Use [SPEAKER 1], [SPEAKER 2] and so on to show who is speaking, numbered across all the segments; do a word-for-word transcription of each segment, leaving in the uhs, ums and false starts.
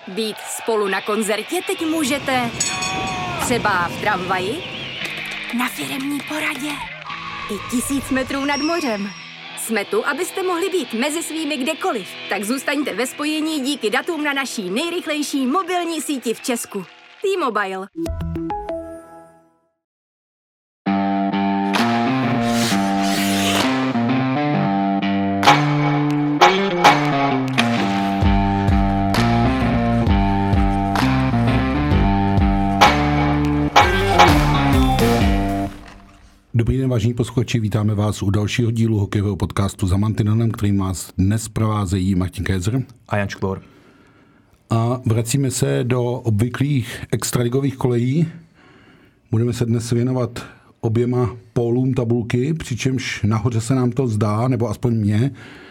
[SPEAKER 1] Být spolu na koncertě teď můžete třeba v tramvaji, na firemní poradě i tisíc metrů nad mořem. Jsme tu, abyste mohli být mezi svými kdekoliv. Tak zůstaňte ve spojení díky datům na naší nejrychlejší mobilní síti v Česku. T-Mobile.
[SPEAKER 2] Dobrý den, vážení posluchači, vítáme vás u dalšího dílu hokejového podcastu Za mantinelem, který vás dnes provázejí Martin Kézer
[SPEAKER 3] a Jan Škvor.
[SPEAKER 2] A vracíme se do obvyklých extraligových kolejí. Budeme se dnes věnovat oběma pólům tabulky, přičemž nahoře se nám to zdá, nebo aspoň mně,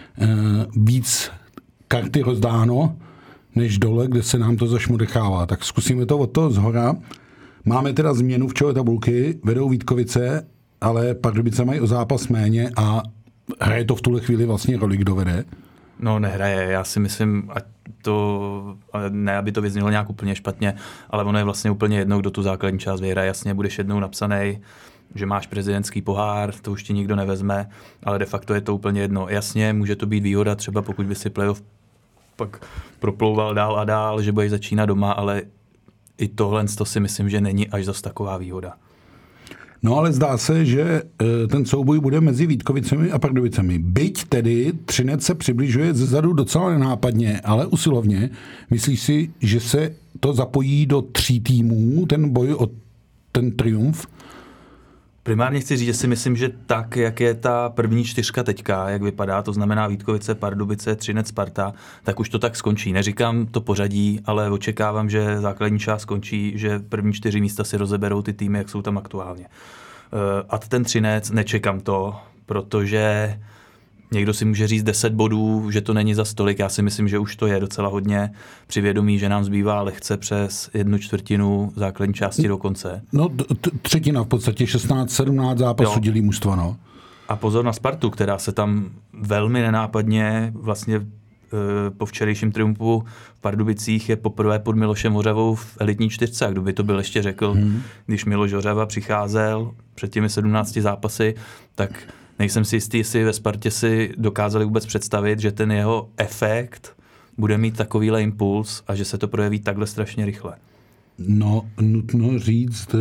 [SPEAKER 2] víc karty rozdáno, než dole, kde se nám to zašmudechává. Tak zkusíme to od toho zhora. Máme teda změnu v čele tabulky, vedou Vítkovice, ale Pardubice mají o zápas méně a hraje to v tuhle chvíli vlastně roli, kdo vede?
[SPEAKER 3] No nehraje, já si myslím, ať to, ne aby to vyznělo nějak úplně špatně, ale ono je vlastně úplně jedno, kdo tu základní část vyhraje. Jasně, budeš jednou napsanej, že máš prezidentský pohár, to už ti nikdo nevezme, ale de facto je to úplně jedno. Jasně, může to být výhoda, třeba pokud by si playoff pak proplouval dál a dál, že budeš začínat doma, ale i tohle to si myslím, že není až zas taková výhoda.
[SPEAKER 2] No ale zdá se, že ten souboj bude mezi Vítkovicemi a Pardubicemi. Byť tedy Třinec se přibližuje zezadu docela nenápadně, ale usilovně. Myslíš si, že se to zapojí do tří týmů, ten boj o ten triumf?
[SPEAKER 3] Primárně chci říct, že si myslím, že tak, jak je ta první čtyřka teďka, jak vypadá, to znamená Vítkovice, Pardubice, Třinec, Sparta, tak už to tak skončí. Neříkám to pořadí, ale očekávám, že základní část skončí, že první čtyři místa si rozeberou ty týmy, jak jsou tam aktuálně. A ten Třinec, nečekám to, protože někdo si může říct deset bodů, že to není za stolik. Já si myslím, že už to je docela hodně při vědomí, že nám zbývá lehce přes jednu čtvrtinu základní části do konce.
[SPEAKER 2] No t- třetina v podstatě, šestnáct sedmnáct zápasů dělí mužstva, no.
[SPEAKER 3] A pozor na Spartu, která se tam velmi nenápadně vlastně e, po včerejším triumfu v Pardubicích je poprvé pod Milošem Hořavou v elitní čtyřce. Kdo by to byl ještě řekl, hmm. když Miloš Hořava přicházel před těmi sedmnácti zápasy, tak nejsem si jistý, jestli ve Spartě si dokázali vůbec představit, že ten jeho efekt bude mít takovýhle impuls a že se to projeví takhle strašně rychle.
[SPEAKER 2] No, nutno říct,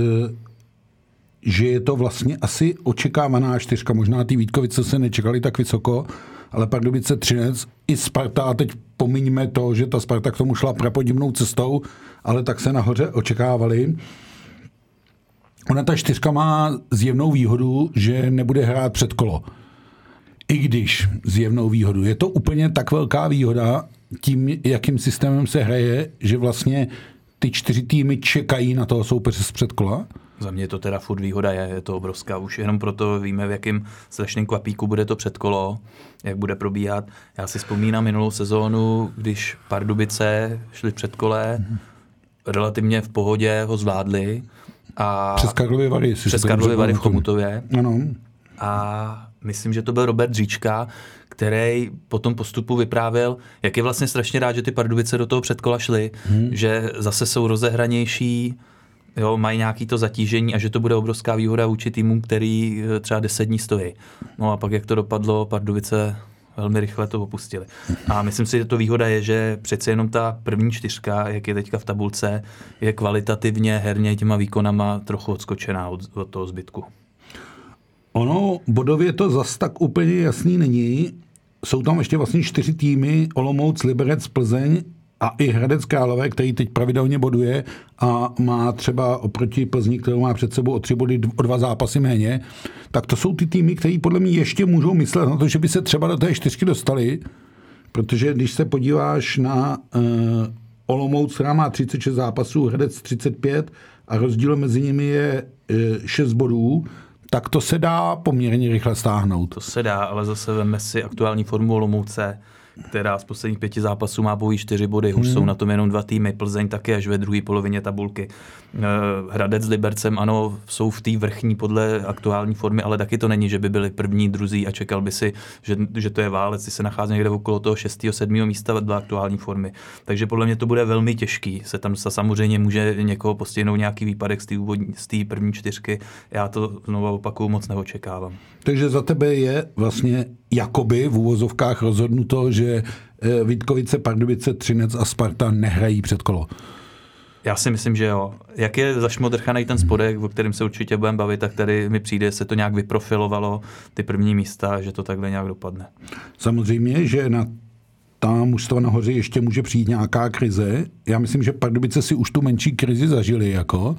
[SPEAKER 2] že je to vlastně asi očekávaná čtyřka. Možná ty Vítkovice se nečekali tak vysoko, ale Pardubice, Třinec i Sparta, a teď pomiňme to, že ta Sparta k tomu šla prapodivnou cestou, ale tak se nahoře očekávali. Ona ta čtyřka má zjevnou výhodu, že nebude hrát předkolo. I když zjevnou výhodu. Je to úplně tak velká výhoda tím, jakým systémem se hraje, že vlastně ty čtyři týmy čekají na toho soupeře z předkola?
[SPEAKER 3] Za mě to teda furt výhoda je, je to obrovská. Už jenom proto víme, v jakém strašném kvapíku bude to předkolo, jak bude probíhat. Já si vzpomínám minulou sezónu, když Pardubice šli v předkole, mm-hmm. relativně v pohodě ho zvládli. A
[SPEAKER 2] přes Karlovy Vary.
[SPEAKER 3] Přes Karlovy Vary v Chomutově.
[SPEAKER 2] Ano.
[SPEAKER 3] A myslím, že to byl Robert Říčka, který po tom postupu vyprávěl, jak je vlastně strašně rád, že ty Pardubice do toho předkola šly, hmm. že zase jsou rozehranější, jo, mají nějaký to zatížení a že to bude obrovská výhoda vůči týmům, který třeba deset dní stojí. No a pak, jak to dopadlo, Pardubice velmi rychle to opustili. A myslím si, že to výhoda je, že přece jenom ta první čtyřka, jak je teďka v tabulce, je kvalitativně herně těma výkonama trochu odskočená od, od toho zbytku.
[SPEAKER 2] Ono bodově to zas tak úplně jasný není. Jsou tam ještě vlastně čtyři týmy, Olomouc, Liberec, Plzeň a i Hradec Králové, který teď pravidelně boduje a má třeba oproti Plzni, kterou má před sebou o tři body, o dva zápasy méně, tak to jsou ty týmy, které podle mě ještě můžou myslet na to, že by se třeba do té čtyřky dostali, protože když se podíváš na uh, Olomouc, která má třicet šest zápasů, Hradec třicet pět a rozdíl mezi nimi je uh, šest bodů, tak to se dá poměrně rychle stáhnout.
[SPEAKER 3] To se dá, ale zase veme si aktuální formu Olomouce, která z posledních pěti zápasů má pouhý čtyři body, už hmm. jsou na tom jenom dva týmy, Plzeň taky až ve druhé polovině tabulky. Hradec s Libercem, ano, jsou v té vrchní podle aktuální formy, ale taky to není, že by byli první, druzí a čekal by si, že, že to je válec, si se nachází někde okolo toho šestého sedmého místa dle aktuální formy. Takže podle mě to bude velmi těžký. Se tam samozřejmě může někoho postihnout nějaký výpadek z té první čtyřky. Já to znovu opakuju, moc neočekávám.
[SPEAKER 2] Takže za tebe je vlastně jakoby v úvozovkách rozhodnuto, že Vítkovice, Pardubice, Třinec a Sparta nehrají před kolo.
[SPEAKER 3] Já si myslím, že jo. Jak je zašmodrchaný ten spodek, o kterém se určitě budeme bavit, tak tady mi přijde, se to nějak vyprofilovalo, ty první místa, že to takhle nějak dopadne.
[SPEAKER 2] Samozřejmě, že na ta mužstva nahoře ještě může přijít nějaká krize. Já myslím, že Pardubice si už tu menší krizi zažili. Jako.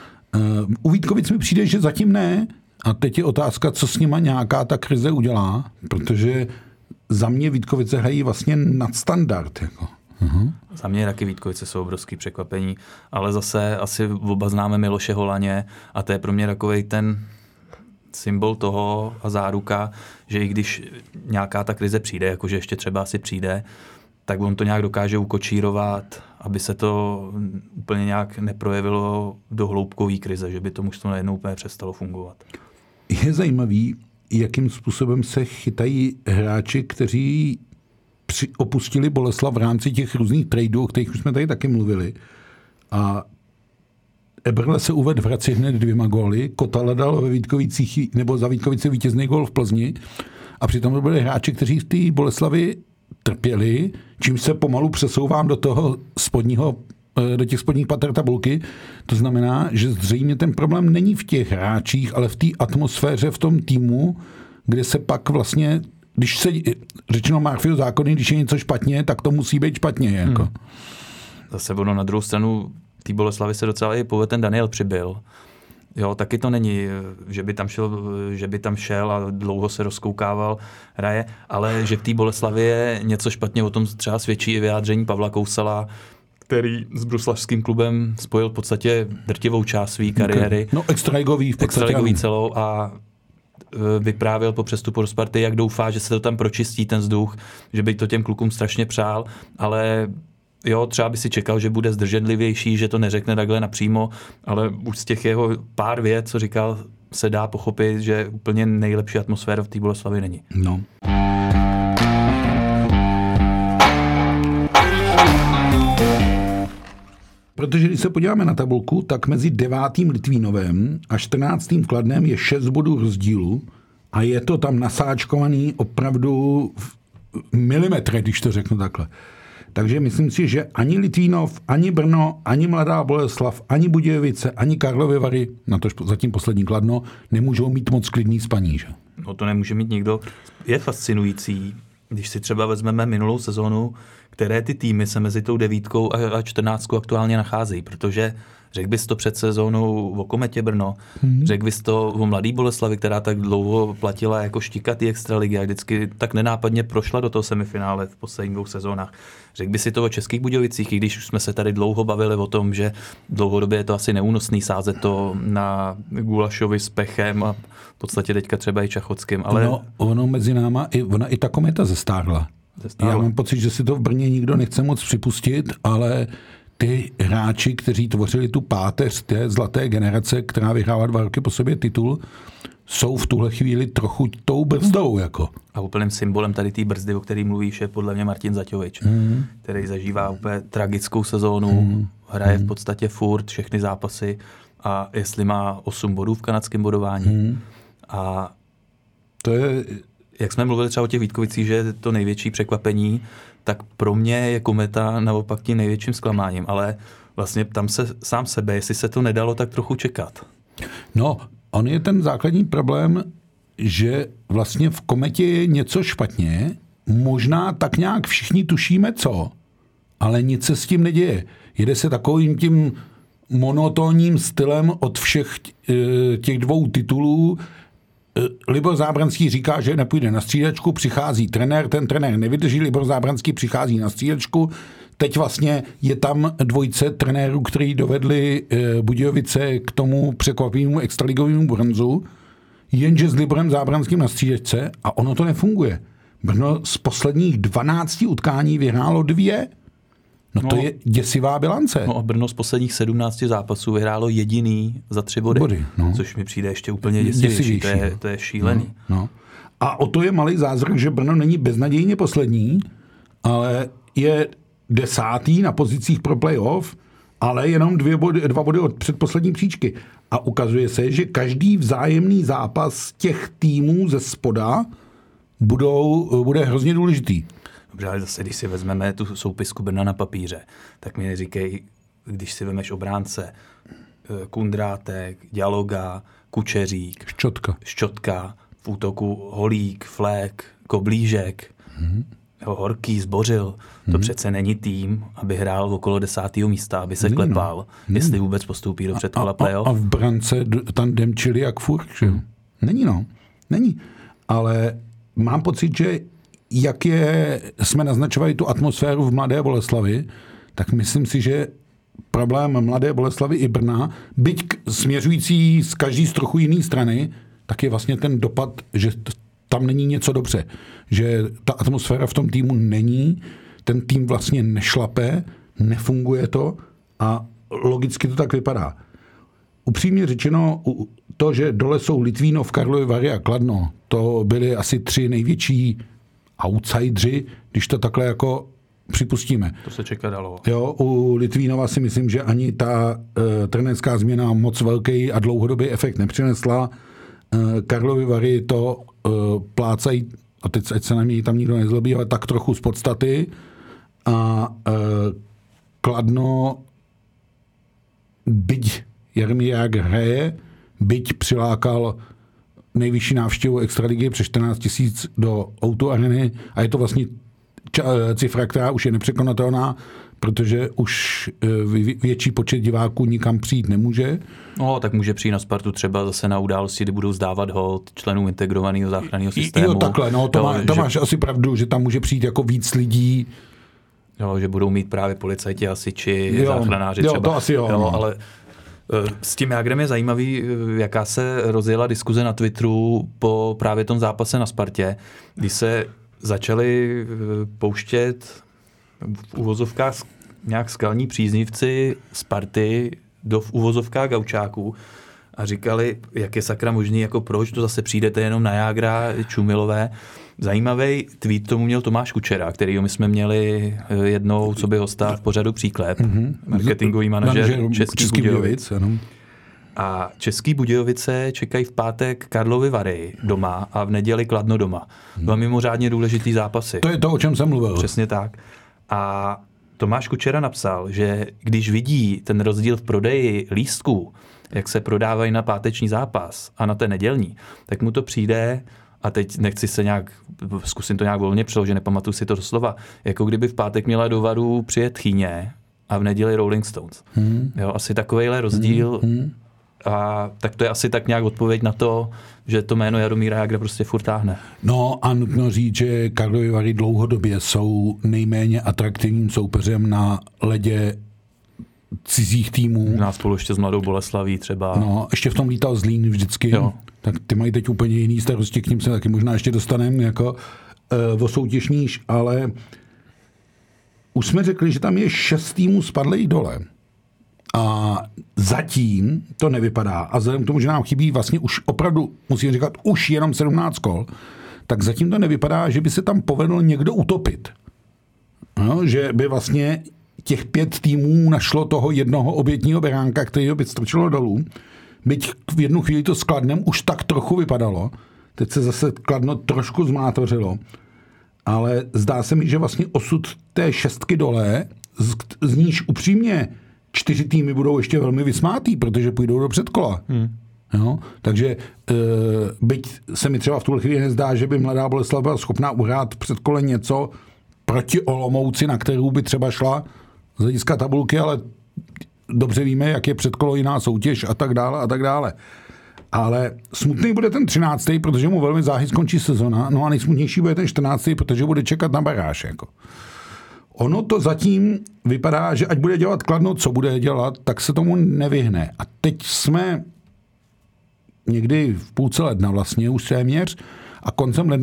[SPEAKER 2] U Vítkovic mi přijde, že zatím ne. A teď je otázka, co s nima nějaká ta krize udělá, protože za mě Vítkovice hrají vlastně nadstandard. Jako.
[SPEAKER 3] Uh-huh. Za mě taky Vítkovice jsou obrovský překvapení, ale zase asi oba známe Miloše Holaně a to je pro mě takovej ten symbol toho a záruka, že i když nějaká ta krize přijde, jakože ještě třeba asi přijde, tak on to nějak dokáže ukočírovat, aby se to úplně nějak neprojevilo do hloubkové krize, že by to mužstvo najednou úplně přestalo fungovat.
[SPEAKER 2] Je zajímavý, jakým způsobem se chytají hráči, kteří při, opustili Boleslav v rámci těch různých tradeů, o kterých už jsme tady taky mluvili. A Eberle se uvedl v Hradci hned dvěma góly, Kotala dal ve Vítkovicích, nebo za Vítkovice vítězný gól v Plzni a přitom to byli hráči, kteří v té Boleslavi trpěli, čím se pomalu přesouvám do toho spodního, do těch spodních pater tabulky. To znamená, že zřejmě ten problém není v těch hráčích, ale v té atmosféře v tom týmu, kde se pak vlastně, když se, řečeno Murphyho zákony, když je něco špatně, tak to musí být špatně. Jako. Hmm.
[SPEAKER 3] Zase ono na druhou stranu té Boleslavy se docela i povedl ten Daniel Přibyl. Jo, taky to není, že by tam šel, že by tam šel a dlouho se rozkoukával, hraje, ale že v té Boleslavě je něco špatně, o tom třeba svědčí i vyjádření Pavla Kousala, který s bruslařským klubem spojil v podstatě drtivou část své kariéry.
[SPEAKER 2] No extraligový v podstatě.
[SPEAKER 3] Extraligový celou a vyprávěl po přestupu do Sparty, jak doufá, že se to tam pročistí ten vzduch, že by to těm klukům strašně přál, ale jo, třeba by si čekal, že bude zdrženlivější, že to neřekne takhle napřímo, ale už z těch jeho pár vět, co říkal, se dá pochopit, že úplně nejlepší atmosféra v té Boleslavi není.
[SPEAKER 2] No. Protože když se podíváme na tabulku, tak mezi devátým Litvínovem a čtrnáctým Kladnem je šest bodů rozdílu a je to tam nasáčkovaný opravdu v milimetrech, když to řeknu takhle. Takže myslím si, že ani Litvínov, ani Brno, ani Mladá Boleslav, ani Budějovice, ani Karlovy Vary, na to zatím poslední Kladno, nemůžou mít moc klidný spaní, že?
[SPEAKER 3] No to nemůže mít nikdo. Je fascinující, když si třeba vezmeme minulou sezónu, které ty týmy se mezi tou devítkou a čtrnáctkou aktuálně nacházejí, protože řekl bys to před sezónou o Kometě Brno, hmm. řekl bys to o Mladý Boleslavi, která tak dlouho platila jako štíkatý extraligy a vždycky tak nenápadně prošla do toho semifinále v posledních dvou sezónách. Řekl by si to o Českých Budějovicích, i když už jsme se tady dlouho bavili o tom, že dlouhodobě je to asi neúnosný sázet to na Gulašovi s Pechem a v podstatě teďka třeba i Čachockým. Ale
[SPEAKER 2] no, ono mezi náma, i, ona i ta Kometa zestárla. zestárla. Já mám pocit, že si to v Brně nikdo nechce moc připustit, ale ty hráči, kteří tvořili tu páteř té zlaté generace, která vyhrává dva roky po sobě titul, jsou v tuhle chvíli trochu tou brzdou. Jako.
[SPEAKER 3] A úplným symbolem tady té brzdy, o který mluvíš, je podle mě Martin Zaťovič, mm. který zažívá úplně tragickou sezónu, mm. hraje v podstatě furt všechny zápasy a jestli má osm bodů v kanadském bodování. Mm. A
[SPEAKER 2] to je...
[SPEAKER 3] jak jsme mluvili třeba o těch Vítkovicích, že je to největší překvapení, tak pro mě je Kometa naopak tím největším zklamáním, ale vlastně tam se sám sebe, jestli se to nedalo tak trochu čekat.
[SPEAKER 2] No, on je ten základní problém, že vlastně v Kometě je něco špatně, možná tak nějak všichni tušíme co, ale nic se s tím neděje. Jede se takovým tím monotónním stylem od všech těch dvou titulů. Libor Zábranský říká, že nepůjde na střídačku, přichází trenér, ten trenér nevydrží, Libor Zábranský přichází na střídačku, teď vlastně je tam dvojce trenérů, kteří dovedli Budějovice k tomu překvapivému extraligovému bronzu, jenže s Liborem Zábranským na střídačce a ono to nefunguje. Brno z posledních dvanácti utkání vyhrálo dvě. No to no, je děsivá bilance.
[SPEAKER 3] No a Brno z posledních sedmnácti zápasů vyhrálo jediný za tři body, body no. Což mi přijde ještě úplně děsivější. To je, to je šílený.
[SPEAKER 2] No, no. A o to je malý zázrak, že Brno není beznadějně poslední, ale je desátý na pozicích pro playoff, ale jenom dvě body, dva body od předposlední příčky. A ukazuje se, že každý vzájemný zápas těch týmů ze spoda budou, bude hrozně důležitý.
[SPEAKER 3] Dobře, ale zase, když si vezmeme tu soupisku Brna na papíře, tak mi neříkej, když si vemeš obránce Kundrátek, Dialoga, Kučeřík,
[SPEAKER 2] Ščotka,
[SPEAKER 3] Ščotka v útoku Holík, Flék, Koblížek, hmm. Horký, Zbořil. To hmm. přece není tým, aby hrál okolo desátého místa, aby se není, klepal, no. jestli vůbec postoupí do předkola playoff.
[SPEAKER 2] A, a v brance tandem čili jak furt, že? Hmm. Není, no. Není. Ale mám pocit, že jak je, jsme naznačovali tu atmosféru v Mladé Boleslavi, tak myslím si, že problém Mladé Boleslavy i Brna, byť směřující z každý z trochu jiný strany, tak je vlastně ten dopad, že tam není něco dobře. Že ta atmosféra v tom týmu není, ten tým vlastně nešlape, nefunguje to a logicky to tak vypadá. Upřímně řečeno, to, že dole jsou Litvínov, Karlovy Vary a Kladno, to byly asi tři největší outsidři, když to takhle jako připustíme.
[SPEAKER 3] To se čeká dalo.
[SPEAKER 2] Jo, u Litvínova si myslím, že ani ta uh, trenérská změna moc velký a dlouhodobý efekt nepřinesla. Uh, Karlovy Vary to uh, plácají, a teď ať se na mě tam nikdo nezlobí, ale tak trochu z podstaty. A uh, Kladno, byť Jarmír hraje, byť přilákal nejvyšší návštěvu extraligy přes čtrnáct tisíc do ó dva Areny a je to vlastně cifra, která už je nepřekonatelná, protože už větší počet diváků nikam přijít nemůže.
[SPEAKER 3] No, tak může přijít na Spartu třeba zase na události, kdy budou zdávat hold členům integrovaného záchranného systému.
[SPEAKER 2] Jo, takhle, no, to, jo, má, to že... máš asi pravdu, že tam může přijít jako víc lidí.
[SPEAKER 3] Jo, že budou mít právě policajti, hasiči,
[SPEAKER 2] jo,
[SPEAKER 3] záchranáři
[SPEAKER 2] jo,
[SPEAKER 3] třeba.
[SPEAKER 2] To asi jo,
[SPEAKER 3] jo
[SPEAKER 2] no.
[SPEAKER 3] Ale s tím Jágrem je zajímavý, jaká se rozjela diskuze na Twitteru po právě tom zápase na Spartě, kdy se začali pouštět v uvozovkách nějak skalní příznivci Sparty do v uvozovkách gaučáků a říkali, jak je sakra možný, jako proč to zase přijdete jenom na Jágra, Čumilové. Zajímavý tweet tomu měl Tomáš Kučera, kterýho my jsme měli jednou, co by hosta v pořadu Příklep, mm-hmm. marketingový manažer Český, Český Budějovic.
[SPEAKER 2] Budějovic.
[SPEAKER 3] A Český Budějovice čekají v pátek Karlovy Vary doma a v neděli Kladno doma. Dva mimořádně důležitý zápasy.
[SPEAKER 2] To je to, o čem jsem mluvil.
[SPEAKER 3] Přesně tak. A Tomáš Kučera napsal, že když vidí ten rozdíl v prodeji lístků, jak se prodávají na páteční zápas a na ten nedělní, tak mu to přijde, a teď nechci se nějak, zkusím to nějak volně přeložit, nepamatuju si to doslova, jako kdyby v pátek měla do Varu přijet Chýně a v neděli Rolling Stones. Hmm. Jo, asi takovejhle rozdíl. Hmm. A tak to je asi tak nějak odpověď na to, že to jméno Jaromíra Jágra prostě furt táhne.
[SPEAKER 2] No a nutno říct, že Karlovy Vary dlouhodobě jsou nejméně atraktivním soupeřem na ledě cizích týmů.
[SPEAKER 3] Nás spolu ještě s Mladou Boleslaví třeba.
[SPEAKER 2] No, ještě v tom lítal Zlín vždycky. Jo. Tak ty mají teď úplně jiný starosti, k ním se taky možná ještě dostaneme jako uh, o soutěžníš, ale už jsme řekli, že tam je šest týmů spadlých dole. A zatím to nevypadá. A vzhledem k tomu, že nám chybí vlastně už opravdu, musím říkat, už jenom sedmnáct kol, tak zatím to nevypadá, že by se tam povedl někdo utopit. No, že by vlastně těch pět týmů našlo toho jednoho obětního beránka, který by strčilo dolů. Byť v jednu chvíli to s Kladnem už tak trochu vypadalo. Teď se zase Kladno trošku zmátořilo. Ale zdá se mi, že vlastně osud té šestky dole, z, z níž upřímně čtyři týmy budou ještě velmi vysmátý, protože půjdou do předkola. Hmm. Jo? Takže e, byť se mi třeba v tuhle chvíli nezdá, že by Mladá Boleslav byla schopná uhrát v předkole něco proti Olomouci, na kterou by třeba šla z hlediska tabulky, ale dobře víme, jak je předkolo jiná soutěž a tak dále a tak dále. Ale smutný bude ten třináctý, protože mu velmi záhy skončí sezona, no a nejsmutnější bude ten čtrnáctý, protože bude čekat na baráž. Jako. Ono to zatím vypadá, že ať bude dělat Kladno, co bude dělat, tak se tomu nevyhne. A teď jsme někdy v půlce ledna vlastně už téměř a koncem ledna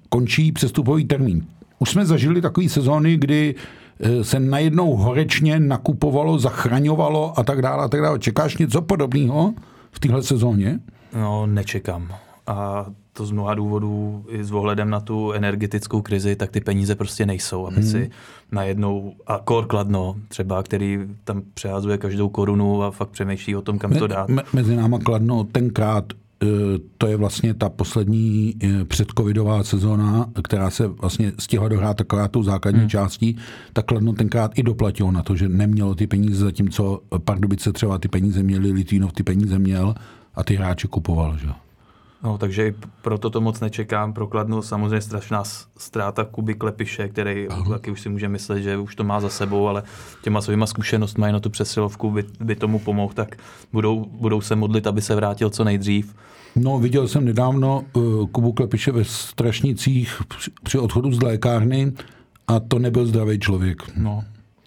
[SPEAKER 2] končí přestupový termín. Už jsme zažili takové sezóny, kdy se najednou horečně nakupovalo, zachraňovalo a tak dále a tak dále. Čekáš něco podobného v téhle sezóně?
[SPEAKER 3] No, nečekám. A to z mnoha důvodů i s ohledem na tu energetickou krizi, tak ty peníze prostě nejsou, aby hmm. si najednou, a kor Kladno třeba, který tam přehazuje každou korunu a fakt přemýšlí o tom, kam
[SPEAKER 2] me,
[SPEAKER 3] to dát.
[SPEAKER 2] Me, mezi náma Kladno tenkrát, to je vlastně ta poslední předcovidová sezóna, která se vlastně stihla dohrát taková tou základní hmm. částí, tak Kladno tenkrát i doplatilo na to, že nemělo ty peníze, zatímco Pardubice třeba ty peníze měli, Litvínov ty peníze měl a ty hráči kupoval, že?
[SPEAKER 3] No, takže proto to moc nečekám. Pro Kladno samozřejmě strašná ztráta Kuby Klepiše, který Aha. taky už si může myslet, že už to má za sebou, ale těma svýma zkušenostmi na tu přesilovku by, by tomu pomohl, tak budou, budou se modlit, aby se vrátil co nejdřív.
[SPEAKER 2] No, viděl jsem nedávno uh, Kubu Klepiše ve Strašnicích při, při odchodu z lékárny a to nebyl zdravý člověk.
[SPEAKER 3] No.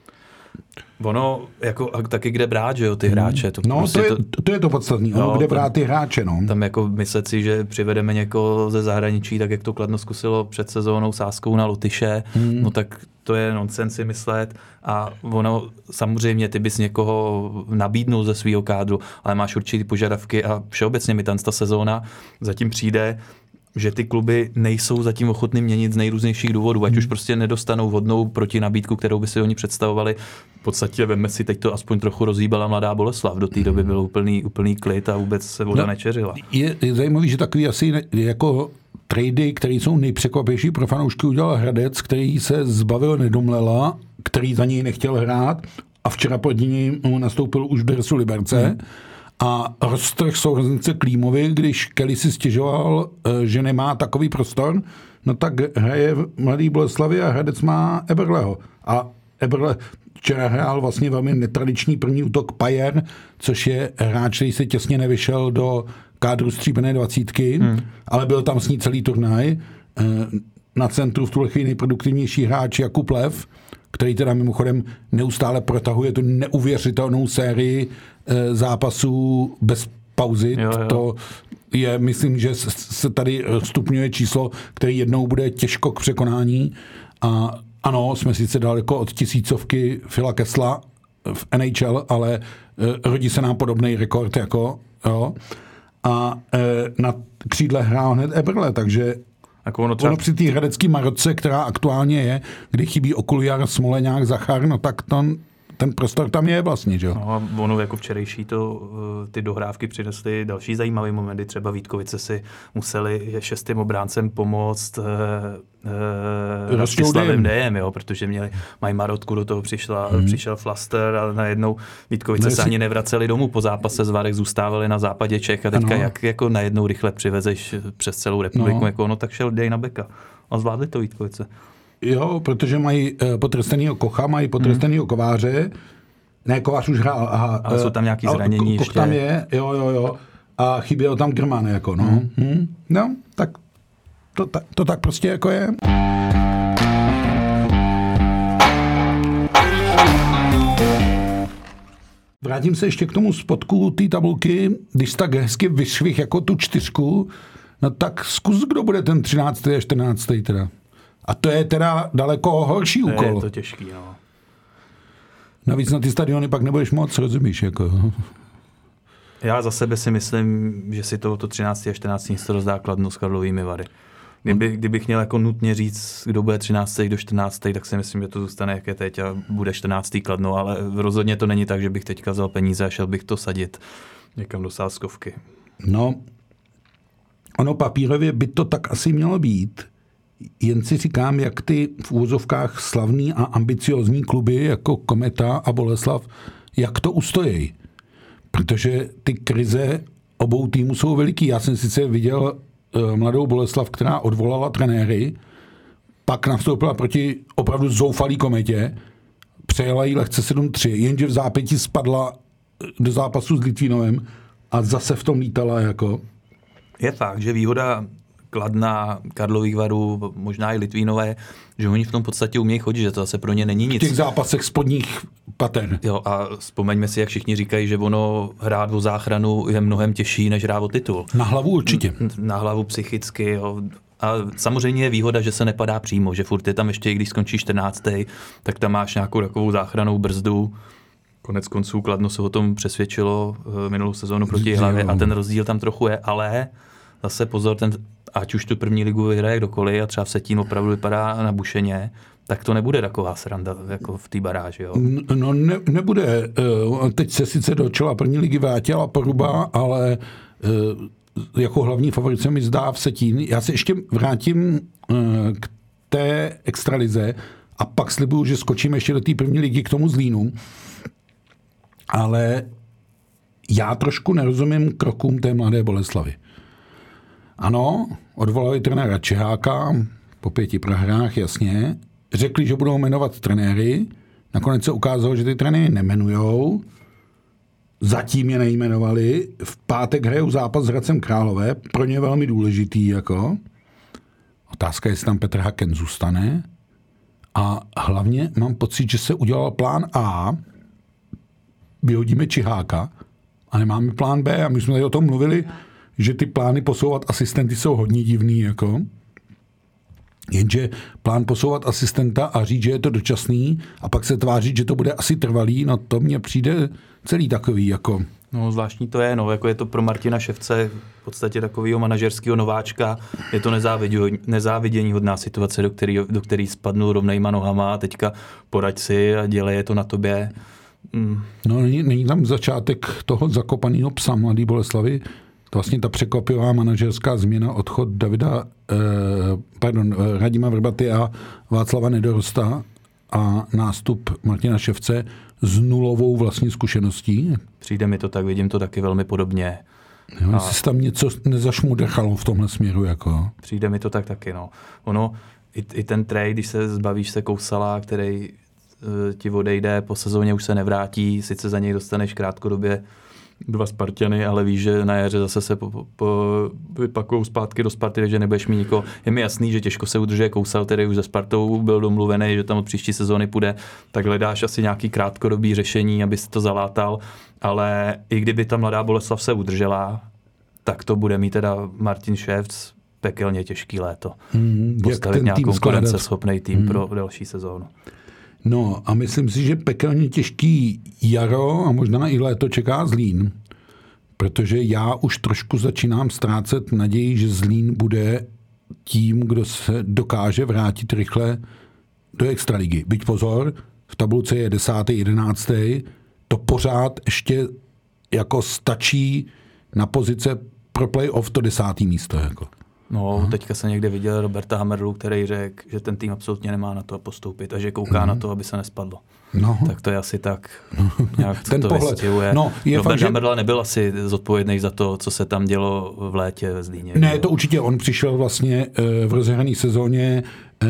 [SPEAKER 3] Ono, jako a taky kde brát, že jo, ty hráče.
[SPEAKER 2] To, no, prostě to, je, to, to je to podstatný, ono, no, kde brát ty hráče, no.
[SPEAKER 3] Tam jako myslet si, že přivedeme někoho ze zahraničí, tak jak to Kladno zkusilo před sezónou sázkou na Lotyše, hmm. no tak to je nonsens si myslet a ono, samozřejmě ty bys někoho nabídnul ze svýho kádru, ale máš určitý požadavky a všeobecně mi ta sezóna zatím přijde, že ty kluby nejsou zatím ochotny měnit z nejrůznějších důvodů, ať už prostě nedostanou vhodnou protinabídku, kterou by si oni představovali. V podstatě veme si, teď to aspoň trochu rozhýbala Mladá Boleslav. Do té doby byl úplný, úplný klid a vůbec se voda no, nečeřila.
[SPEAKER 2] Je, je zajímavý, že takový asi ne, jako trady, které jsou nejpřekvapivější pro fanoušky, udělal Hradec, který se zbavil Nedomlela, který za něj nechtěl hrát a včera proti něj nastoupil už v dresu Liberce. Hmm. A roztrh sourozence Klímovi, když Kelly si stěžoval, že nemá takový prostor, no tak hraje v Mladý Boleslavi a Hradec má Eberleho. A Eberle včera hrál vlastně velmi netradiční první útok Pajer, což je hráč, který se těsně nevyšel do kádru stříbrné dvacítky, hmm. ale byl tam s ní celý turnaj. Na centru v tuhle chvíli nejproduktivnější hráč Jakub Lev, který teda mimochodem neustále protahuje tu neuvěřitelnou sérii e, zápasů bez pauzy. Jo, jo. To je, myslím, že se tady stupňuje číslo, který jednou bude těžko k překonání. A ano, jsme sice daleko od tisícovky Phila Kessla v N H L, ale e, rodí se nám podobný rekord. Jako, jo. A e, na křídle hrál hned Eberle, takže Jako ono, třeba... ono při té hradecké Marotce, která aktuálně je, kdy chybí Okuliar, Smoleňák, Zachar, no tak to, ten prostor tam je vlastně, že jo?
[SPEAKER 3] No a ono jako včerejší to, ty dohrávky přinesly další zajímavý momenty, třeba Vítkovice si museli šestým obráncem pomoct e, Rastislavem Dejem, jo, protože měli, mají Marotku, do toho přišla, hmm. přišel Flaster a najednou Vítkovice no, se jestli... ani nevraceli domů po zápase z Varech, zůstávali na západě Čech a teďka ano. jak jako najednou rychle přivezeš přes celou republiku, no. jako ono tak šel Dej na beka a zvládli to Vítkovice.
[SPEAKER 2] Jo, protože mají uh, potrestanýho Kocha, mají potrestanýho hmm. Kováře. Ne, Kovář už hrál. Aha,
[SPEAKER 3] ale jsou tam nějaký zranění
[SPEAKER 2] Koch
[SPEAKER 3] ještě.
[SPEAKER 2] tam je, jo, jo, jo. A chyběl tam Grman, jako, no. Hmm. Hmm. No, tak to, to, to tak prostě jako je. Vrátím se ještě k tomu spodku té tabulky, když tak hezky vyšvih jako tu čtyřku, no tak zkus, kdo bude ten třináctý a čtrnáctý teda. A to je teda daleko horší úkol.
[SPEAKER 3] Je to těžký, no.
[SPEAKER 2] Navíc na ty stadiony pak nebudeš moc, rozumíš, jako.
[SPEAKER 3] Já za sebe si myslím, že si to, to třináctý a čtrnáctý místo rozdá Kladno s Karlovými Vary. Kdyby, kdybych měl jako nutně říct, kdo bude třináctý do čtrnáctý, tak si myslím, že to zůstane jak je teď a bude čtrnáctý Kladno, ale rozhodně to není tak, že bych teďka vzal peníze a šel bych to sadit někam do sázkovky.
[SPEAKER 2] No, ono papírově by to tak asi mělo být. Jen si říkám, jak ty v úvozovkách slavný a ambiciozní kluby jako Kometa a Boleslav, jak to ustojí. Protože ty krize obou týmů jsou veliký. Já jsem sice viděl uh, Mladou Boleslav, která odvolala trenéry, pak nastoupila proti opravdu zoufalý Kometě, přejela jí lehce sedm tři, jenže v zápětí spadla do zápasu s Litvínovem a zase v tom lítala jako.
[SPEAKER 3] Je fakt, že výhoda Kladna, Karlových Varů, možná i Litvínové, že oni v tom podstatě umějí chodit, že to zase pro ně není nic.
[SPEAKER 2] V těch zápasech spodních pater.
[SPEAKER 3] Jo, a vzpomeňme si, jak všichni říkají, že ono hrát o záchranu je mnohem těžší, než hrát o titul.
[SPEAKER 2] Na hlavu určitě.
[SPEAKER 3] Na hlavu psychicky, jo. A samozřejmě je výhoda, že se nepadá přímo, že furt je tam ještě, i když skončí čtrnáctý, tak tam máš nějakou takovou záchrannou brzdu. Konec konců Kladno se o tom přesvědčilo minulou sezónu proti Hlavě a ten rozdíl tam trochu je, ale zase pozor, ten, ať už tu první ligu vyhraje kdokoliv a třeba v Setín opravdu vypadá na bušeně, tak to nebude taková sranda jako v té baráži. Jo?
[SPEAKER 2] No ne, nebude. Teď se sice do čela první ligy vrátila Poruba, ale jako hlavní favorit se mi zdá v Setín. Já se ještě vrátím k té extralize a pak slibuju, že skočíme ještě do té první ligy k tomu Zlínu. Ale já trošku nerozumím krokům té Mladé Boleslavi. Ano, odvolali trenéra Čeháka po pěti prohrách, jasně. Řekli, že budou jmenovat trenéry. Nakonec se ukázalo, že ty trenéry nemenujou. Zatím je nejmenovali. V pátek hrajou zápas s Hradcem Králové. Pro ně velmi důležitý. Jako. Otázka je, jestli tam Petr Haken zůstane. A hlavně mám pocit, že se udělal plán A. Vyhodíme Čiháka a nemáme plán B. A my jsme tady o tom mluvili, že ty plány posouvat asistenty jsou hodně divný. Jako. Jenže plán posouvat asistenta a říct, že je to dočasný a pak se tvářit, že to bude asi trvalý, no to mně přijde celý takový. Jako.
[SPEAKER 3] No zvláštní to je, no, jako je to pro Martina Ševce v podstatě takovýho manažerského nováčka, je to nezávidění hodná situace, do který, do který spadnul rovnejma nohama a teďka poraď si a dělej je to na tobě. Mm.
[SPEAKER 2] No není, není tam začátek toho zakopaného psa Mladý Boleslavy. To vlastně ta překvapivá manažerská změna, odchod Davida, eh, pardon, Radima Vrbaty a Václava Nedorosta a nástup Martina Ševce s nulovou vlastní zkušeností.
[SPEAKER 3] Přijde mi to tak, vidím to taky velmi podobně.
[SPEAKER 2] Jo, a jestli tam něco nezašmudechalo v tomhle směru. Jako.
[SPEAKER 3] Přijde mi to tak taky, no. Ono, i, i ten trade, když se zbavíš se Kousala, který uh, ti odejde, po sezóně už se nevrátí, sice za něj dostaneš krátkodobě dva Spartany, ale víš, že na jaře zase se po, po, vypakují zpátky do Sparty, takže nebudeš mít nikoho. Je mi jasný, že těžko se udržuje Kousal, který už se Spartou byl domluvený, že tam od příští sezóny půjde, tak hledáš asi nějaký krátkodobý řešení, aby si to zalátal, ale i kdyby ta Mladá Boleslav se udržela, tak to bude mít teda Martin Ševc pekelně těžký léto.
[SPEAKER 2] Hmm,
[SPEAKER 3] Postavit nějakou konkurenceschopný tým hmm. pro další sezónu.
[SPEAKER 2] No a myslím si, že pekelně těžký jaro a možná i léto čeká Zlín, protože já už trošku začínám ztrácet naději, že Zlín bude tím, kdo se dokáže vrátit rychle do extraligy. Byť pozor, v tabulce je desátý, jedenáctý, to pořád ještě jako stačí na pozice pro play-off to desátý místo. Jako.
[SPEAKER 3] No, Aha. teďka se někde viděl Roberta Hamerlu, který řekl, že ten tým absolutně nemá na to postoupit a že kouká mm. na to, aby se nespadlo. No. Tak to je asi tak, nějak
[SPEAKER 2] ten
[SPEAKER 3] to
[SPEAKER 2] pohled.
[SPEAKER 3] vystihuje.
[SPEAKER 2] No, je
[SPEAKER 3] Robert
[SPEAKER 2] fakt, že...
[SPEAKER 3] Hamerla nebyl asi zodpovědný za to, co se tam dělo v létě ve Zlíně.
[SPEAKER 2] Ne, to určitě. On přišel vlastně v rozehrané sezóně,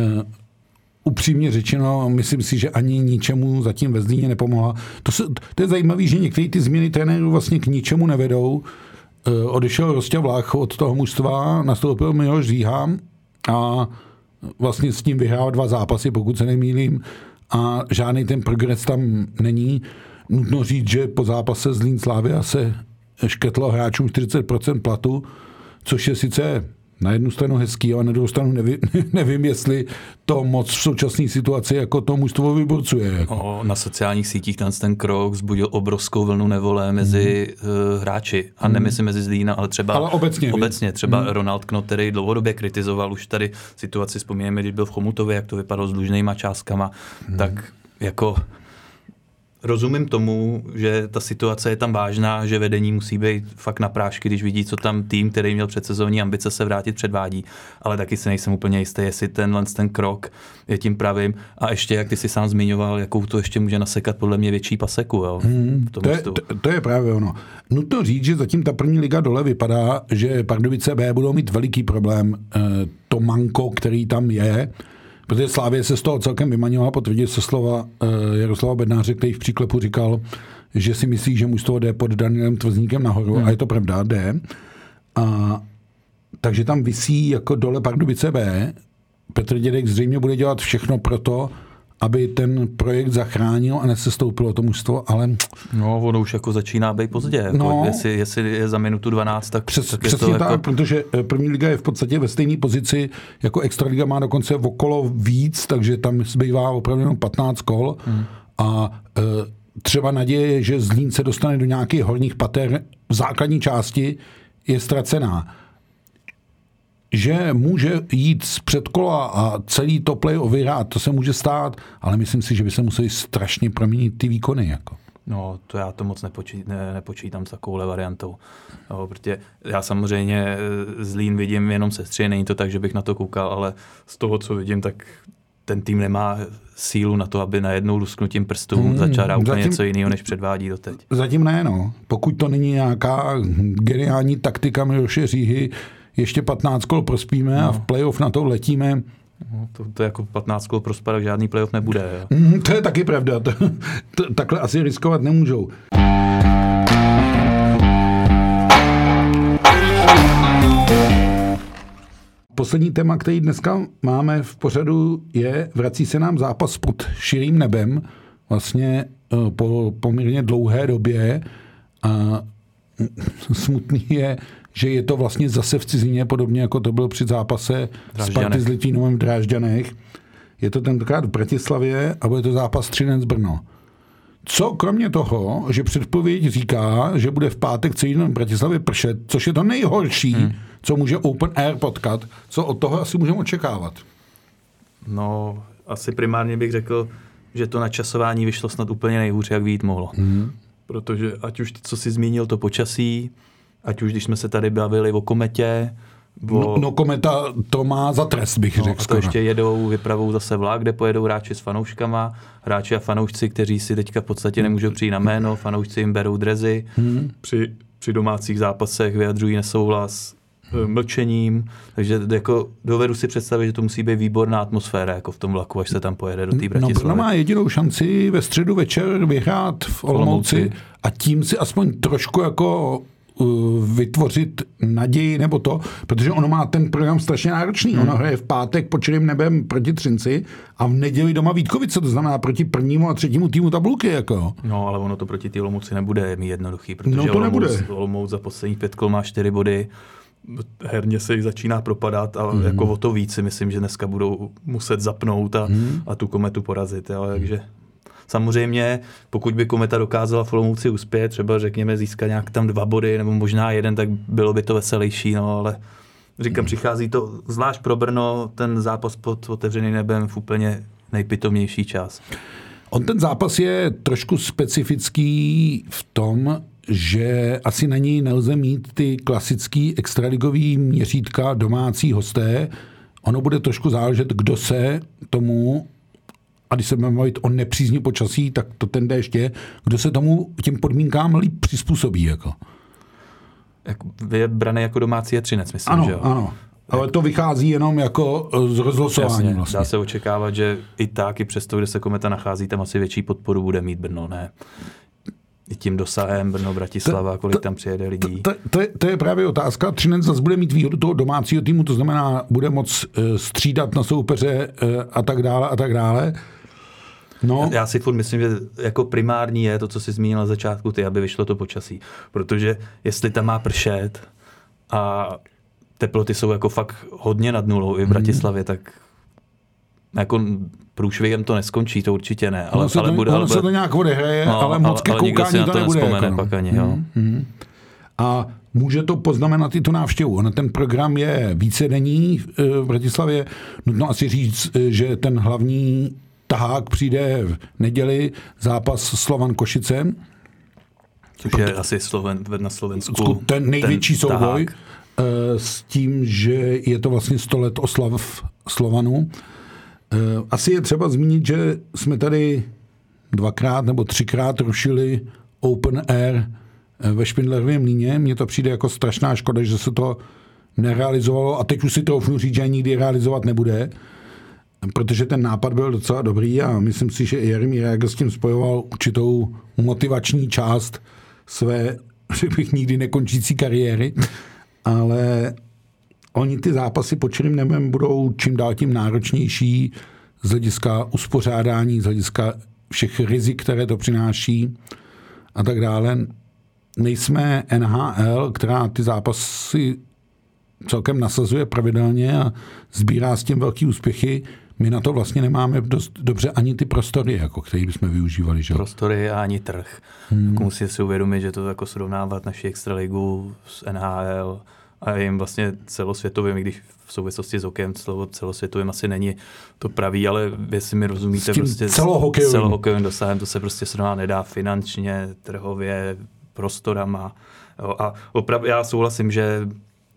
[SPEAKER 2] upřímně řečeno, myslím si, že ani ničemu zatím ve Zlíně nepomohla. To, se, to je zajímavé, že některé ty změny trenérů vlastně k ničemu nevedou. Odešel Rostěv Vlach od toho mužstva, nastoupil Miloš Říha a vlastně s ním vyhrál dva zápasy, pokud se nemýlím, a žádný ten progres tam není. Nutno říct, že po zápase Zlín Slavia se škrtlo hráčům čtyřicet procent platu, což je sice na jednu stranu hezký, ale na druhou stranu nevím, nevím, jestli to moc v současné situaci jako to mužstvo vyburcuje. Jako.
[SPEAKER 3] O, na sociálních sítích ten, ten krok vzbudil obrovskou vlnu nevole mezi mm. uh, hráči. A nemyslím mezi Zlína, ale třeba
[SPEAKER 2] ale obecně,
[SPEAKER 3] obecně třeba mm. Ronald Knot, který dlouhodobě kritizoval už tady situaci, vzpomínáme, když byl v Chomutově, jak to vypadalo s dlužnýma částkama, mm. tak jako... Rozumím tomu, že ta situace je tam vážná, že vedení musí být fakt na prášky, když vidí, co tam tým, který měl předsezónní ambice se vrátit, předvádí. Ale taky si nejsem úplně jistý, jestli tenhle ten krok je tím pravým. A ještě, jak ty si sám zmiňoval, jakou to ještě může nasekat podle mě větší paseku. Jo,
[SPEAKER 2] hmm, to, je, to, to je právě ono. Nutno říct, že zatím ta první liga dole vypadá, že Pardubice B budou mít veliký problém. To manko, který tam je, protože Slavie se z toho celkem vymanila, potvrdil se slova Jaroslava Bednáře, který v příklepu říkal, že si myslí, že mužstvo jde pod Danielem Tvrzníkem nahoru, hmm. a je to pravda, jde. A, takže tam visí jako dole Pardubice B. Petr Dědek zřejmě bude dělat všechno pro to, aby ten projekt zachránil a nesestoupilo to mužstvo, ale...
[SPEAKER 3] No, ono už jako začíná být pozdě. Jako
[SPEAKER 2] no,
[SPEAKER 3] jestli, jestli je za minutu dvanáct, tak,
[SPEAKER 2] přes,
[SPEAKER 3] tak
[SPEAKER 2] je
[SPEAKER 3] to
[SPEAKER 2] tak,
[SPEAKER 3] jako...
[SPEAKER 2] protože první liga je v podstatě ve stejné pozici, jako extraliga má dokonce okolo víc, takže tam zbývá opravdu jenom patnáct kol hmm. a e, třeba naděje, že Zlín se dostane do nějakých horních pater v základní části, je ztracená. Že může jít z předkola a celý to play-off vyhrát, to se může stát, ale myslím si, že by se museli strašně proměnit ty výkony. Jako.
[SPEAKER 3] No, to já to moc nepočít, ne, nepočítám s takovouhle variantou. No, protože já samozřejmě Zlín vidím jenom se stři, není to tak, že bych na to koukal, ale z toho, co vidím, tak ten tým nemá sílu na to, aby najednou lusknutím prstů hmm, začal hrát úplně něco jiného, než předvádí doteď.
[SPEAKER 2] Zatím ne, no. Pokud to není nějaká geniální taktika Miloše Říhy, ještě patnáct kol prospíme no. a v playoff na to letíme.
[SPEAKER 3] No, to, to jako patnáct kol prospadek žádný playoff nebude. Jo.
[SPEAKER 2] Mm, to je taky pravda. To, to, takhle asi riskovat nemůžou. Poslední téma, který dneska máme v pořadu, je, vrací se nám zápas pod širým nebem, vlastně po poměrně dlouhé době a smutný je, že je to vlastně zase v cizině, podobně jako to bylo při zápase Sparty s Litvínovem v Drážďanech. Je to tentokrát v Bratislavě a bude to zápas Třinec Brno. Co kromě toho, že předpověď říká, že bude v pátek celý den v Bratislavě pršet, což je to nejhorší, hmm. co může Open Air potkat, co od toho asi můžeme očekávat?
[SPEAKER 3] No, asi primárně bych řekl, že to načasování vyšlo snad úplně nejhůř, jak vyjít mohlo. Hmm. Protože ať už, co jsi zmínil, to počasí, ať už, když jsme se tady bavili o kometě. O...
[SPEAKER 2] No, no kometa to má za trest, bych
[SPEAKER 3] no,
[SPEAKER 2] řekl.
[SPEAKER 3] A to skoro. Ještě jedou, vypravou zase vlak, kde pojedou hráči s fanouškama. Hráči a fanoušci, kteří si teďka v podstatě nemůžou přijít na jméno, fanoušci jim berou drezy. Hmm. Při, při domácích zápasech vyjadřují nesouhlas mlčením. Takže jako dovedu si představit, že to musí být výborná atmosféra jako v tom vlaku, až se tam pojede do té Bratislavy.
[SPEAKER 2] No, Brno má jedinou šanci ve středu večer vyhrát v Olomouci a tím si aspoň trošku jako vytvořit naději nebo to, protože ono má ten program strašně náročný. Hmm. Ono hraje v pátek pod čirým nebem proti Třinci a v neděli doma Vítkovice, to znamená proti prvnímu a třetímu týmu tabulky. Jako.
[SPEAKER 3] No, ale ono to proti té Olomouci nebude mít jednoduchý, protože
[SPEAKER 2] no, to
[SPEAKER 3] Olomouc, Olomouc za posledních pět kol má čtyři body, herně se jich začíná propadat a hmm. jako o to víc si myslím, že dneska budou muset zapnout a, hmm. a tu kometu porazit. Jo, takže samozřejmě, pokud by kometa dokázala v Olomouci uspět, třeba řekněme získat nějak tam dva body nebo možná jeden, tak bylo by to veselější, no ale říkám, přichází to zvlášť pro Brno, ten zápas pod otevřeným nebem v úplně nejpitomnější čas.
[SPEAKER 2] On ten zápas je trošku specifický v tom, že asi na něj nelze mít ty klasický extraligový měřítka domácí hosté. Ono bude trošku záležet, kdo se tomu, a když se budeme mluvit o nepřízni počasí, tak to ten déšť je, kdo se tomu těm podmínkám líp přizpůsobí. Jako.
[SPEAKER 3] Je braný jako domácí je Třinec, myslím,
[SPEAKER 2] ano,
[SPEAKER 3] že jo?
[SPEAKER 2] Ano, ale to vychází jenom jako z rozlosování.
[SPEAKER 3] Jasně,
[SPEAKER 2] vlastně.
[SPEAKER 3] Dá se očekávat, že i tak, i přesto, kde se kometa nachází, tam asi větší podporu bude mít Brno, ne? I tím dosahem Brno, Bratislava, kolik to, tam přijede lidí.
[SPEAKER 2] To, to, to je právě otázka. Třinec zase bude mít výhodu toho domácího týmu, to znamená, bude moc uh, střídat na soupeře uh, a tak dále a tak dále. No.
[SPEAKER 3] Já si furt myslím, že jako primární je to, co jsi zmínil na začátku ty, aby vyšlo to počasí. Protože jestli tam má pršet a teploty jsou jako fakt hodně nad nulou i v Bratislavě, hmm. tak jako průšvihem to neskončí, to určitě ne. Ale,
[SPEAKER 2] ono se,
[SPEAKER 3] ale
[SPEAKER 2] to,
[SPEAKER 3] bude,
[SPEAKER 2] ono se to nějak odehraje,
[SPEAKER 3] no,
[SPEAKER 2] ale moc ke koukání to, to nebude. Jako,
[SPEAKER 3] pak ani, jo.
[SPEAKER 2] Hmm, hmm. A může to poznamenat i tu návštěvu. On ten program je vícedenní v Bratislavě. Nutno asi říct, že ten hlavní tahák přijde v neděli, zápas Slovan Košice.
[SPEAKER 3] Což je asi Sloven, na Slovensku.
[SPEAKER 2] Ten největší ten souboj. Tahák. S tím, že je to vlastně sto let oslav Slovanu. Asi je třeba zmínit, že jsme tady dvakrát nebo třikrát rušili Open Air ve Špindlerově mlýně. Mně to přijde jako strašná škoda, že se to nerealizovalo a teď už si troufnu říct, že nikdy realizovat nebude, protože ten nápad byl docela dobrý a myslím si, že Jaromír Jágr s tím spojoval určitou motivační část své, řekl bych, nikdy nekončící kariéry, ale oni ty zápasy pod čirým nebem budou čím dál tím náročnější. z hlediska uspořádání, z hlediska všech rizik, které to přináší a tak dále. Nejsme N H L, která ty zápasy celkem nasazuje pravidelně a sbírá s tím velký úspěchy. My na to vlastně nemáme dost dobře ani ty prostory, jako, které bychom využívali. Že?
[SPEAKER 3] Prostory a ani trh. Hmm. Jako musí si uvědomit, že to jako srovnávat naši extraligu s N H L a jim vlastně celosvětovým, i když v souvislosti s hokejem slovo celosvětovým asi není to pravý, ale jestli mi rozumíte, prostě
[SPEAKER 2] celohokejovým.
[SPEAKER 3] celohokejovým dosahem, to se prostě srovná nedá finančně, trhově, prostorama. Jo, a opravdu já souhlasím, že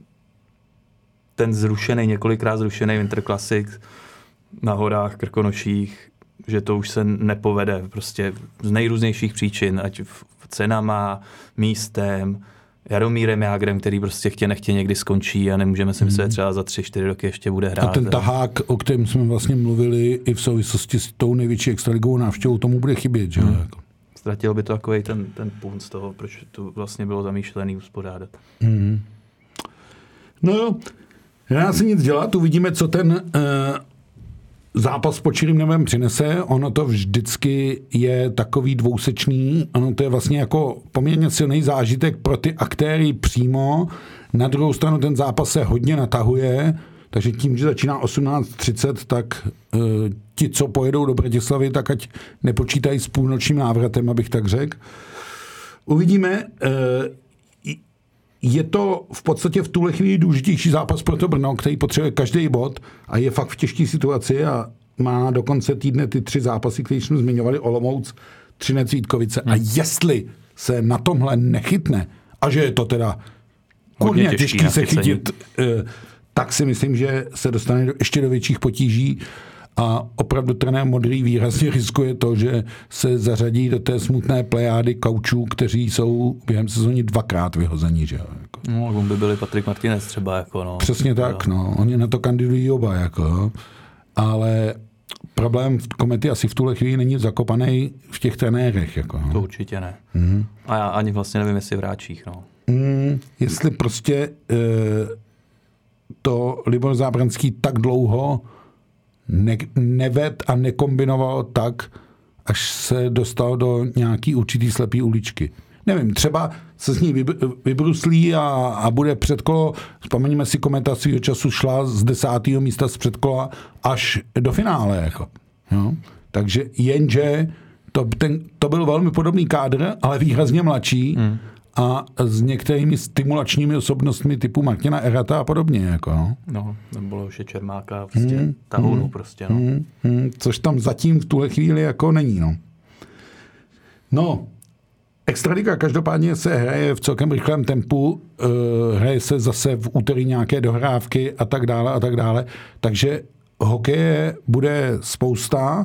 [SPEAKER 3] ten zrušený, několikrát zrušený Winter Classic na horách, Krkonoších, že to už se nepovede prostě z nejrůznějších příčin, ať cenama, místem, Jaromírem Jágrem, který prostě chtě nechtě někdy skončí a nemůžeme si myslet, třeba za tři, čtyři roky ještě bude hrát.
[SPEAKER 2] A ten tahák, o kterém jsme vlastně mluvili i v souvislosti s tou největší extraligovou návštěvou, tomu bude chybět, že? Hmm.
[SPEAKER 3] Ztratil by to takovej ten, ten punt z toho, proč to vlastně bylo zamýšlený uspořádat.
[SPEAKER 2] Hmm. No jo, nedá se nic dělat, uvidíme, co ten uh, zápas pod čirým nebem přinese. Ono to vždycky je takový dvousečný, ono to je vlastně jako poměrně silný zážitek pro ty aktéry přímo. Na druhou stranu ten zápas se hodně natahuje, takže tím, že začíná osmnáct třicet, tak uh, ti, co pojedou do Bratislavy, tak ať nepočítají s půlnočním návratem, abych tak řekl. Uvidíme. Uh, Je to v podstatě v tuhle chvíli důležitější zápas pro to Brno, který potřebuje každý bod a je fakt v těžké situaci a má do konce týdne ty tři zápasy, které jsme zmiňovali, Olomouc, Třinec, Vítkovice. Hmm. A jestli se na tomhle nechytne, a že je to teda hodně těžký, těžký se chytit, tak si myslím, že se dostane do, ještě do větších potíží. A opravdu trenér Modrý výrazně riskuje to, že se zařadí do té smutné plejády kaučů, kteří jsou během sezóny dvakrát vyhození. Že? Jako.
[SPEAKER 3] No, on by byli Patrik Martinez třeba. Jako, no.
[SPEAKER 2] Přesně tak, no. Oni na to kandidují oba. Jako. Ale problém v Komety asi v tuhle chvíli není zakopaný v těch trenérech. Jako.
[SPEAKER 3] To určitě ne.
[SPEAKER 2] Mm.
[SPEAKER 3] A já ani vlastně nevím, jestli v hráčích. No.
[SPEAKER 2] Mm, jestli prostě e, to Libor Zábranský tak dlouho Ne, neved a nekombinoval tak, až se dostal do nějaký určitý slepý uličky. Nevím, třeba se z ní vybruslí a, a bude předkolo, vzpomeňme si, Kometa svýho času šla z desátého místa z předkola až do finále. Jako. Jo? Takže jenže to, ten, to byl velmi podobný kádr, ale výrazně mladší hmm. a s některými stimulačními osobnostmi typu Martina Erata a podobně. Jako, no.
[SPEAKER 3] No, tam bylo už Čermáka, prostě hmm, tahounu
[SPEAKER 2] hmm,
[SPEAKER 3] prostě, no.
[SPEAKER 2] Hmm, hmm, což tam zatím v tuhle chvíli jako není, no. No, extraliga každopádně se hraje v celkem rychlém tempu, uh, hraje se zase v úterý nějaké dohrávky a tak dále a tak dále, takže hokeje bude spousta.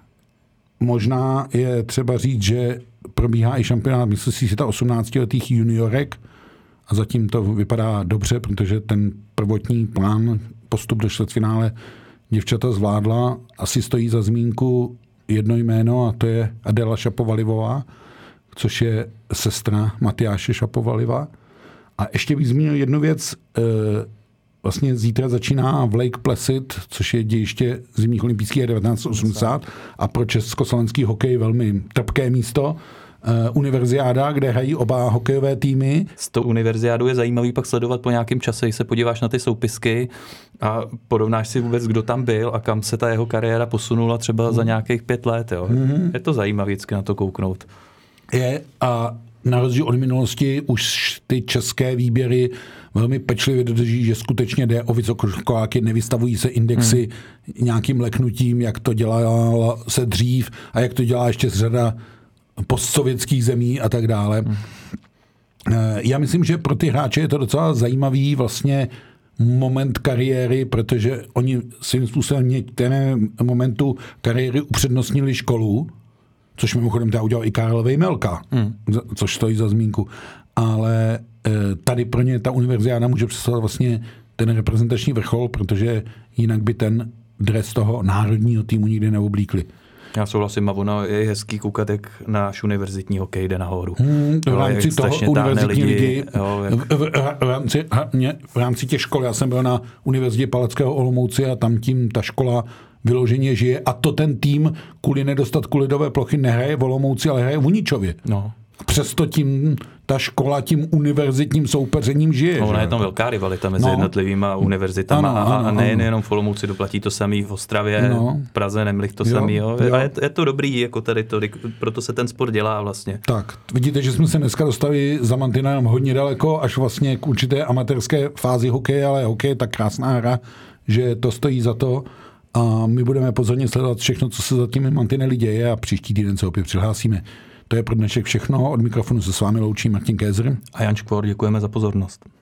[SPEAKER 2] Možná je třeba říct, že probíhá i šampionát, myslím si, že ta osmnáctiletých juniorek a zatím to vypadá dobře, protože ten prvotní plán, postup do čtvrtfinále děvčata zvládla. Asi stojí za zmínku jedno jméno a to je Adela Šapovalivová, což je sestra Matyáše Šapovaliva. A ještě bych zmínil jednu věc. Vlastně zítra začíná v Lake Placid, což je dějiště zimních olympijských devatenáct osmdesát a pro československý hokej velmi trpké místo. Uh, univerziáda, kde hrají oba hokejové týmy.
[SPEAKER 3] S tou univerziádou je zajímavý pak sledovat po nějakém čase, když se podíváš na ty soupisky a porovnáš si vůbec, kdo tam byl a kam se ta jeho kariéra posunula třeba za nějakých pět let. Jo. Mm-hmm. Je to zajímavé vždycky na to kouknout. Je a na rozdíl od minulosti už ty české výběry velmi pečlivě dodrží, že skutečně jde o vysokoškoláky, nevystavují se indexy hmm. nějakým leknutím, jak to dělalo se dřív a jak to dělá ještě řada postsovětských zemí a tak dále. Hmm. Já myslím, že pro ty hráče je to docela zajímavý vlastně moment kariéry, protože oni svým způsobem některé momentu kariéry upřednostnili školu, což mimochodem teda udělal i Karel Vejmelka, hmm. což stojí za zmínku. Ale tady pro ně ta univerziáda může představovat vlastně ten reprezentační vrchol, protože jinak by ten dres toho národního týmu nikdy neoblíkli. Já souhlasím, a ono je hezký koukat, jak náš univerzitní hokej jde nahoru. Hmm, v rámci toho univerzitní ligy, jo, jak... v, v, v, rámci, v rámci těch škol, já jsem byl na Univerzitě Palackého Olomouci a tam tím ta škola
[SPEAKER 2] vyloženě žije a to ten tým kvůli nedostatku lidové plochy nehraje v Olomouci, ale hraje v Uničově.
[SPEAKER 3] No.
[SPEAKER 2] Přesto tím ta škola tím univerzitním soupeřením žije.
[SPEAKER 3] No, ona je tam velká rivalita mezi no. jednotlivýma univerzitama ano, ano, a nejen jenom v Olomouci doplatí to samý v Ostravě, no. v Praze Nemlich to jo, samý. Jo. Jo. A je, je to dobrý, jako tady to, proto se ten sport dělá vlastně.
[SPEAKER 2] Tak, vidíte, že jsme se dneska dostali za mantinelem hodně daleko, až vlastně k určité amatérské fázi hokeje, ale hokej je tak krásná hra, že to stojí za to a my budeme pozorně sledovat všechno, co se za těmi mantinely děje a příští týden se opět přihlásíme. To je pro dnešek všechno. Od mikrofonu se s vámi loučí Martin Kézer
[SPEAKER 3] a Jan Škvor. Děkujeme za pozornost.